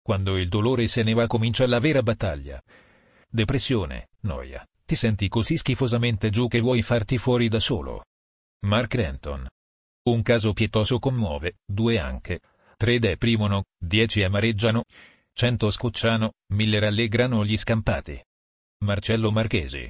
Quando il dolore se ne va comincia la vera battaglia. Depressione, noia, ti senti così schifosamente giù che vuoi farti fuori da solo. Mark Renton. Un caso pietoso commuove, 2 anche, 3 deprimono, 10 amareggiano, 100 scocciano, 1000 rallegrano gli scampati. Marcello Marchesi.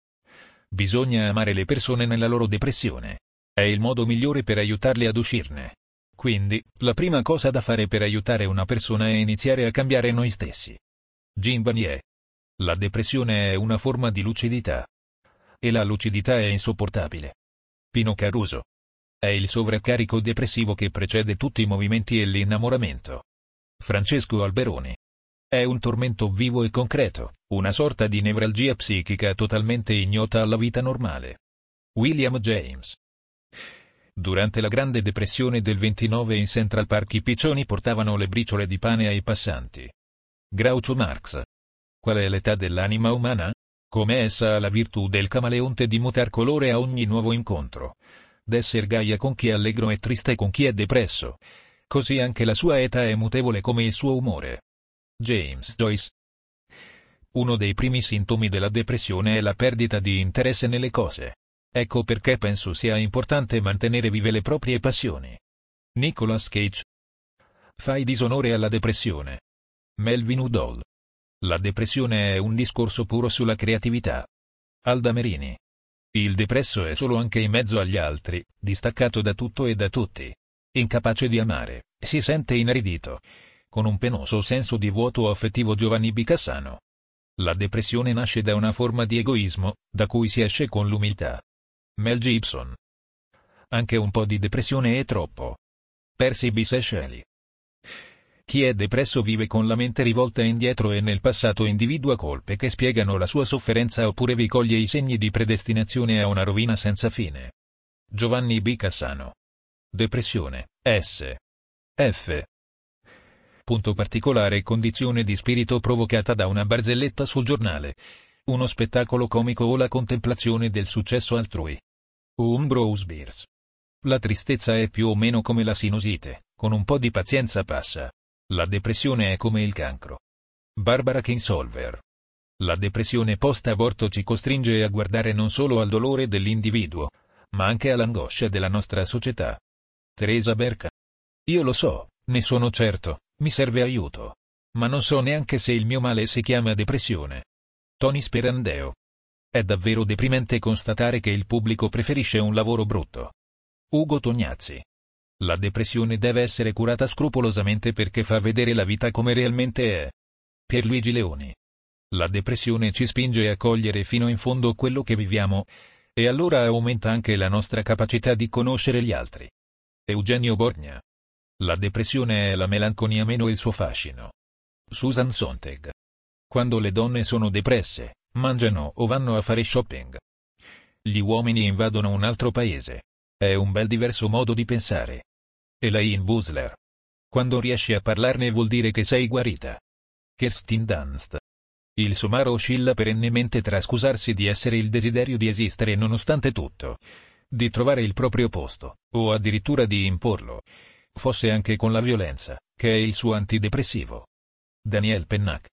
Bisogna amare le persone nella loro depressione. È il modo migliore per aiutarle ad uscirne. Quindi, la prima cosa da fare per aiutare una persona è iniziare a cambiare noi stessi. Jim Vanier. La depressione è una forma di lucidità. E la lucidità è insopportabile. Pino Caruso. È il sovraccarico depressivo che precede tutti i movimenti e l'innamoramento. Francesco Alberoni. È un tormento vivo e concreto, una sorta di nevralgia psichica totalmente ignota alla vita normale. William James. Durante la Grande Depressione del 29 in Central Park i piccioni portavano le briciole di pane ai passanti. Groucho Marx. Qual è l'età dell'anima umana? Come essa ha la virtù del camaleonte di mutar colore a ogni nuovo incontro. D'esser gaia con chi è allegro e triste con chi è depresso. Così anche la sua età è mutevole come il suo umore. James Joyce. Uno dei primi sintomi della depressione è la perdita di interesse nelle cose. Ecco perché penso sia importante mantenere vive le proprie passioni. Nicolas Cage. Fai disonore alla depressione. Melvin Udall. La depressione è un discorso puro sulla creatività. Alda Merini. Il depresso è solo anche in mezzo agli altri, distaccato da tutto e da tutti. Incapace di amare, si sente inaridito. Con un penoso senso di vuoto affettivo Giovanni Bicassano. La depressione nasce da una forma di egoismo, da cui si esce con l'umiltà. Mel Gibson. Anche un po' di depressione è troppo. Percy Bysshe Shelley. Chi è depresso vive con la mente rivolta indietro e nel passato individua colpe che spiegano la sua sofferenza oppure vi coglie i segni di predestinazione a una rovina senza fine. Giovanni Bicassano. Depressione, S. F. Punto particolare condizione di spirito provocata da una barzelletta sul giornale, uno spettacolo comico o la contemplazione del successo altrui. Ambrose Bierce. La tristezza è più o meno come la sinusite, con un po' di pazienza passa. La depressione è come il cancro. Barbara Kingsolver. La depressione post-aborto ci costringe a guardare non solo al dolore dell'individuo, ma anche all'angoscia della nostra società. Teresa Berca. Io lo so, ne sono certo, mi serve aiuto. Ma non so neanche se il mio male si chiama depressione. Tony Sperandeo. È davvero deprimente constatare che il pubblico preferisce un lavoro brutto. Ugo Tognazzi. La depressione deve essere curata scrupolosamente perché fa vedere la vita come realmente è. Pierluigi Leoni. La depressione ci spinge a cogliere fino in fondo quello che viviamo, e allora aumenta anche la nostra capacità di conoscere gli altri. Eugenio Borgna. La depressione è la melanconia meno il suo fascino. Susan Sontag. Quando le donne sono depresse, mangiano o vanno a fare shopping. Gli uomini invadono un altro paese. È un bel diverso modo di pensare. Elaine Busler. Quando riesci a parlarne vuol dire che sei guarita. Kirsten Dunst. Il somaro oscilla perennemente tra scusarsi di essere il desiderio di esistere nonostante tutto, di trovare il proprio posto, o addirittura di imporlo, fosse anche con la violenza, che è il suo antidepressivo. Daniel Pennac.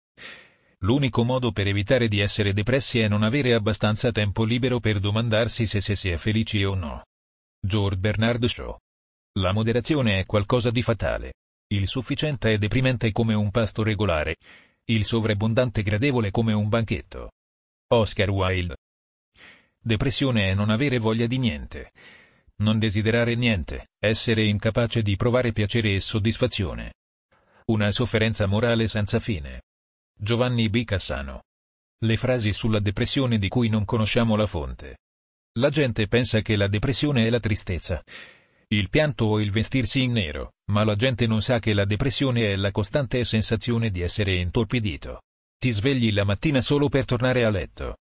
L'unico modo per evitare di essere depressi è non avere abbastanza tempo libero per domandarsi se si è felici o no. George Bernard Shaw. La moderazione è qualcosa di fatale. Il sufficiente è deprimente come un pasto regolare. Il sovrabbondante gradevole come un banchetto. Oscar Wilde. Depressione è non avere voglia di niente. Non desiderare niente, essere incapace di provare piacere e soddisfazione. Una sofferenza morale senza fine. Giovanni Bicassano. Le frasi sulla depressione di cui non conosciamo la fonte. La gente pensa che la depressione è la tristezza, il pianto o il vestirsi in nero, ma la gente non sa che la depressione è la costante sensazione di essere intorpidito. Ti svegli la mattina solo per tornare a letto.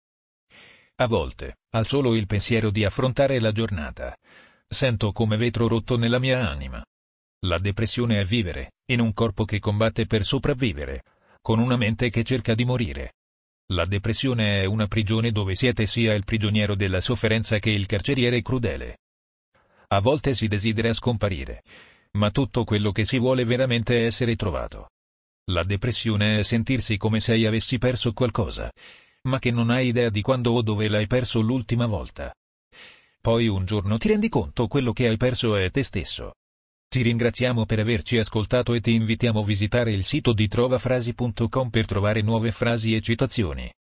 A volte, al solo il pensiero di affrontare la giornata, sento come vetro rotto nella mia anima. La depressione è vivere, in un corpo che combatte per sopravvivere, con una mente che cerca di morire. La depressione è una prigione dove siete sia il prigioniero della sofferenza che il carceriere crudele. A volte si desidera scomparire, ma tutto quello che si vuole veramente è essere trovato. La depressione è sentirsi come se avessi perso qualcosa, ma che non hai idea di quando o dove l'hai perso l'ultima volta. Poi un giorno ti rendi conto quello che hai perso è te stesso. Ti ringraziamo per averci ascoltato e ti invitiamo a visitare il sito di trovafrasi.com per trovare nuove frasi e citazioni.